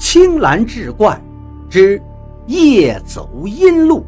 青蓝志怪之夜走阴路。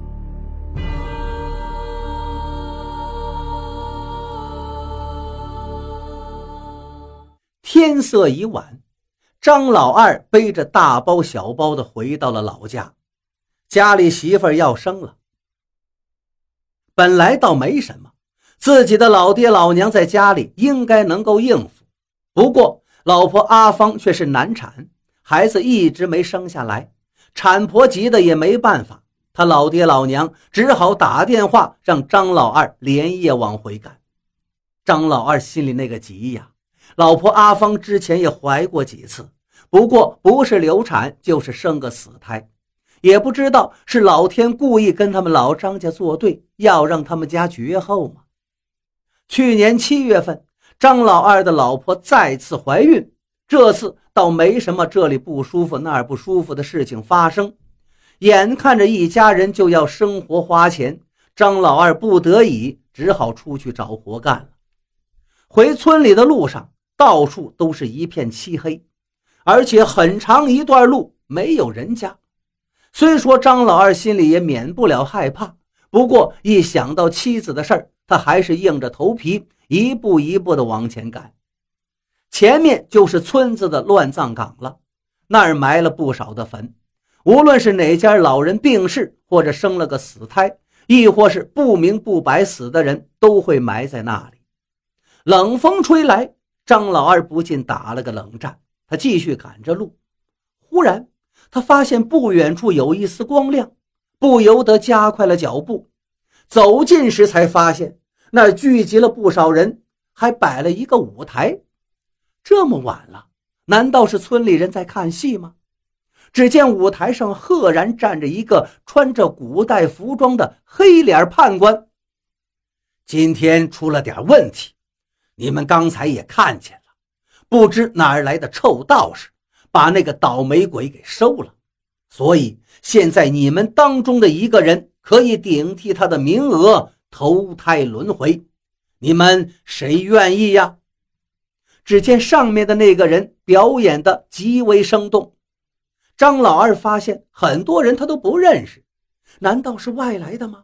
天色已晚，张老二背着大包小包的回到了老家，家里媳妇儿要生了。本来倒没什么，自己的老爹老娘在家里应该能够应付，不过老婆阿芳却是难产，孩子一直没生下来，产婆急得也没办法，他老爹老娘只好打电话让张老二连夜往回赶。张老二心里那个急呀，老婆阿芳之前也怀过几次，不过不是流产就是生个死胎，也不知道是老天故意跟他们老张家作对，要让他们家绝后吗？去年7月份，张老二的老婆再次怀孕，这次倒没什么这里不舒服那儿不舒服的事情发生，眼看着一家人就要生活花钱，张老二不得已只好出去找活干了。回村里的路上到处都是一片漆黑，而且很长一段路没有人家。虽说张老二心里也免不了害怕，不过一想到妻子的事儿，他还是硬着头皮一步一步地往前赶。前面就是村子的乱葬岗了，那儿埋了不少的坟，无论是哪家老人病逝，或者生了个死胎，亦或是不明不白死的人，都会埋在那里。冷风吹来，张老二不禁打了个冷战，他继续赶着路。忽然他发现不远处有一丝光亮，不由得加快了脚步。走近时才发现那儿聚集了不少人，还摆了一个舞台。这么晚了，难道是村里人在看戏吗？只见舞台上赫然站着一个穿着古代服装的黑脸判官。今天出了点问题，你们刚才也看见了，不知哪儿来的臭道士把那个倒霉鬼给收了，所以现在你们当中的一个人可以顶替他的名额投胎轮回，你们谁愿意呀？只见上面的那个人表演的极为生动，张老二发现很多人他都不认识，难道是外来的吗？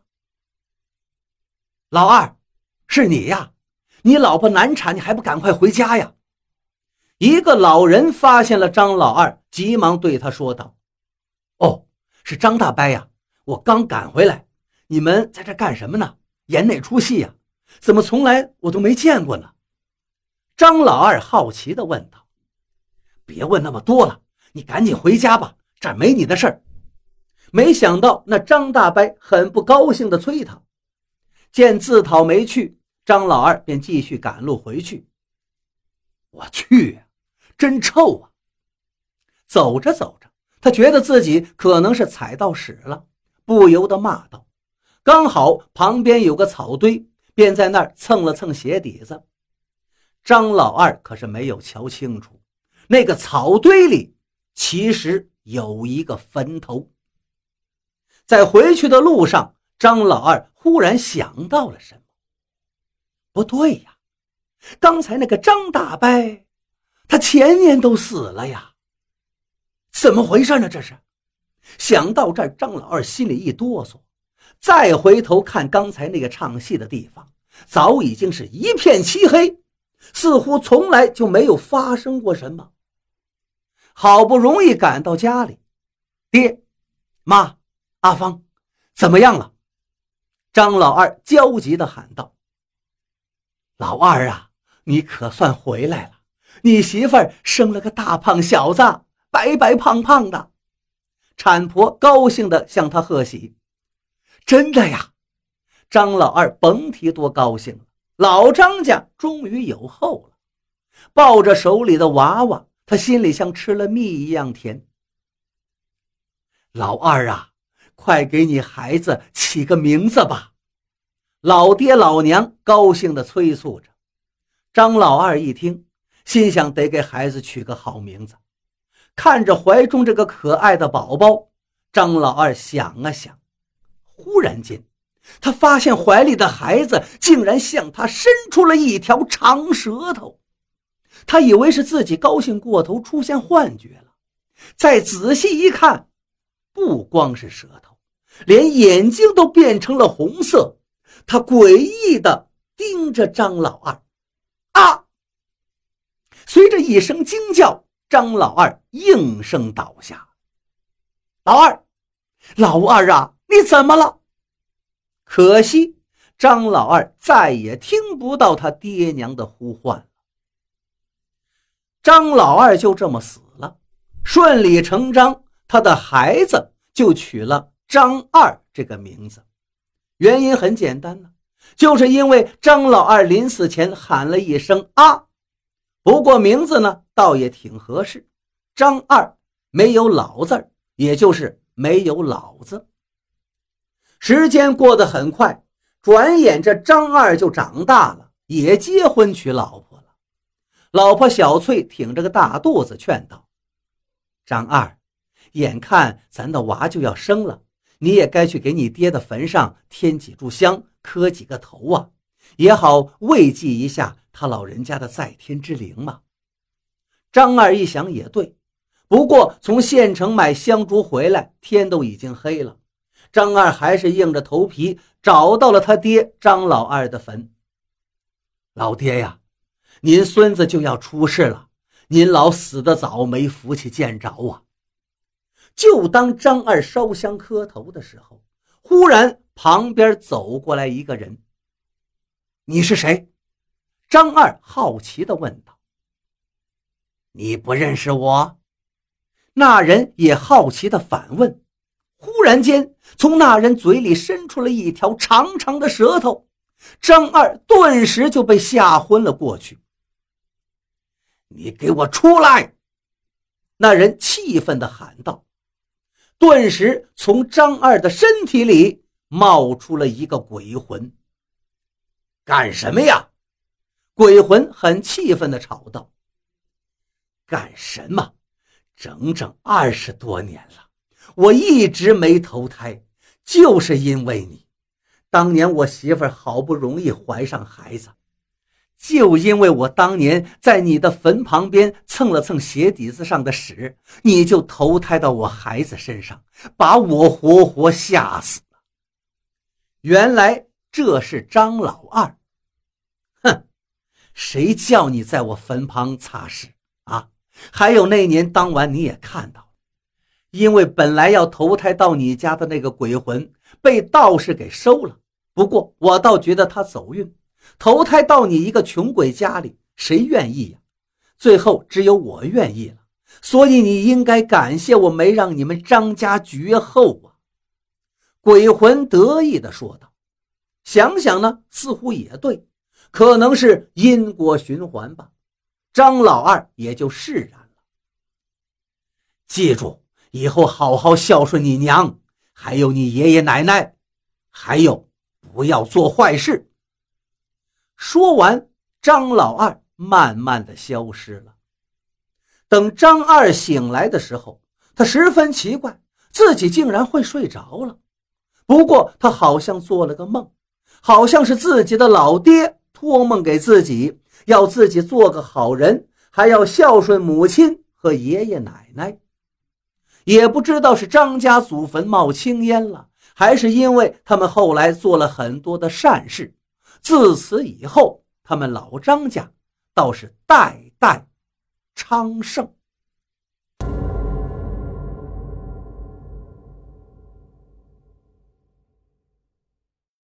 老二，是你呀？你老婆难产，你还不赶快回家呀？一个老人发现了张老二，急忙对他说道：哦，是张大伯呀，我刚赶回来，你们在这干什么呢？演哪出戏呀？怎么从来我都没见过呢？张老二好奇地问道。别问那么多了，你赶紧回家吧，这儿没你的事儿。没想到那张大伯很不高兴地催他，见自讨没趣，张老二便继续赶路回去。我去呀，真臭啊！走着走着，他觉得自己可能是踩到屎了，不由得骂道。刚好旁边有个草堆，便在那儿蹭了蹭鞋底子。张老二可是没有瞧清楚，那个草堆里其实有一个坟头。在回去的路上，张老二忽然想到了什么。不对呀，刚才那个张大伯他前年都死了呀，怎么回事呢？这是。想到这儿，张老二心里一哆嗦，再回头看刚才那个唱戏的地方，早已经是一片漆黑，似乎从来就没有发生过什么。好不容易赶到家里，爹妈阿芳怎么样了？张老二焦急地喊道。老二啊，你可算回来了，你媳妇儿生了个大胖小子，白白胖胖的。产婆高兴地向他贺喜。真的呀？张老二甭提多高兴了，老张家终于有后了。抱着手里的娃娃，他心里像吃了蜜一样甜。老二啊，快给你孩子起个名字吧！老爹老娘高兴地催促着。张老二一听，心想得给孩子取个好名字。看着怀中这个可爱的宝宝，张老二想啊想，忽然间他发现怀里的孩子竟然向他伸出了一条长舌头。他以为是自己高兴过头出现幻觉了， 再仔细一看，不光是舌头，连眼睛都变成了红色。他诡异地盯着张老二。啊！随着一声惊叫，张老二应声倒下。老二啊，你怎么了？可惜张老二再也听不到他爹娘的呼唤了。张老二就这么死了，顺理成章，他的孩子就取了张二这个名字。原因很简单呢，就是因为张老二临死前喊了一声啊。不过名字呢倒也挺合适，张二没有老字，也就是没有老子。时间过得很快，转眼这张二就长大了，也结婚娶老婆了。老婆小翠挺着个大肚子劝道：张二，眼看咱的娃就要生了，你也该去给你爹的坟上添几炷香，磕几个头啊，也好慰藉一下他老人家的在天之灵嘛。张二一想也对，不过从县城买香烛回来，天都已经黑了。张二还是硬着头皮找到了他爹张老二的坟。老爹呀，您孙子就要出事了，您老死得早，没福气见着啊。就当张二烧香磕头的时候，忽然旁边走过来一个人。你是谁？张二好奇地问道。你不认识我？那人也好奇地反问。忽然间，从那人嘴里伸出了一条长长的舌头，张二顿时就被吓昏了过去。你给我出来！那人气愤地喊道。顿时从张二的身体里冒出了一个鬼魂。干什么呀？鬼魂很气愤地吵道。干什么？整整20多年了，我一直没投胎，就是因为你。当年我媳妇儿好不容易怀上孩子，就因为我当年在你的坟旁边蹭了蹭鞋底子上的屎，你就投胎到我孩子身上，把我活活吓死了。原来这是张老二。哼，谁叫你在我坟旁擦屎啊？还有那年当晚你也看到了，因为本来要投胎到你家的那个鬼魂被道士给收了，不过我倒觉得他走运，投胎到你一个穷鬼家里，谁愿意呀？最后只有我愿意了，所以你应该感谢我没让你们张家绝后啊。鬼魂得意地说道。想想呢，似乎也对，可能是因果循环吧。张老二也就释然了。记住，以后好好孝顺你娘，还有你爷爷奶奶，还有不要做坏事。说完，张老二慢慢的消失了。等张二醒来的时候，他十分奇怪，自己竟然会睡着了。不过他好像做了个梦，好像是自己的老爹托梦给自己，要自己做个好人，还要孝顺母亲和爷爷奶奶。也不知道是张家祖坟冒青烟了，还是因为他们后来做了很多的善事，自此以后他们老张家倒是代代昌盛。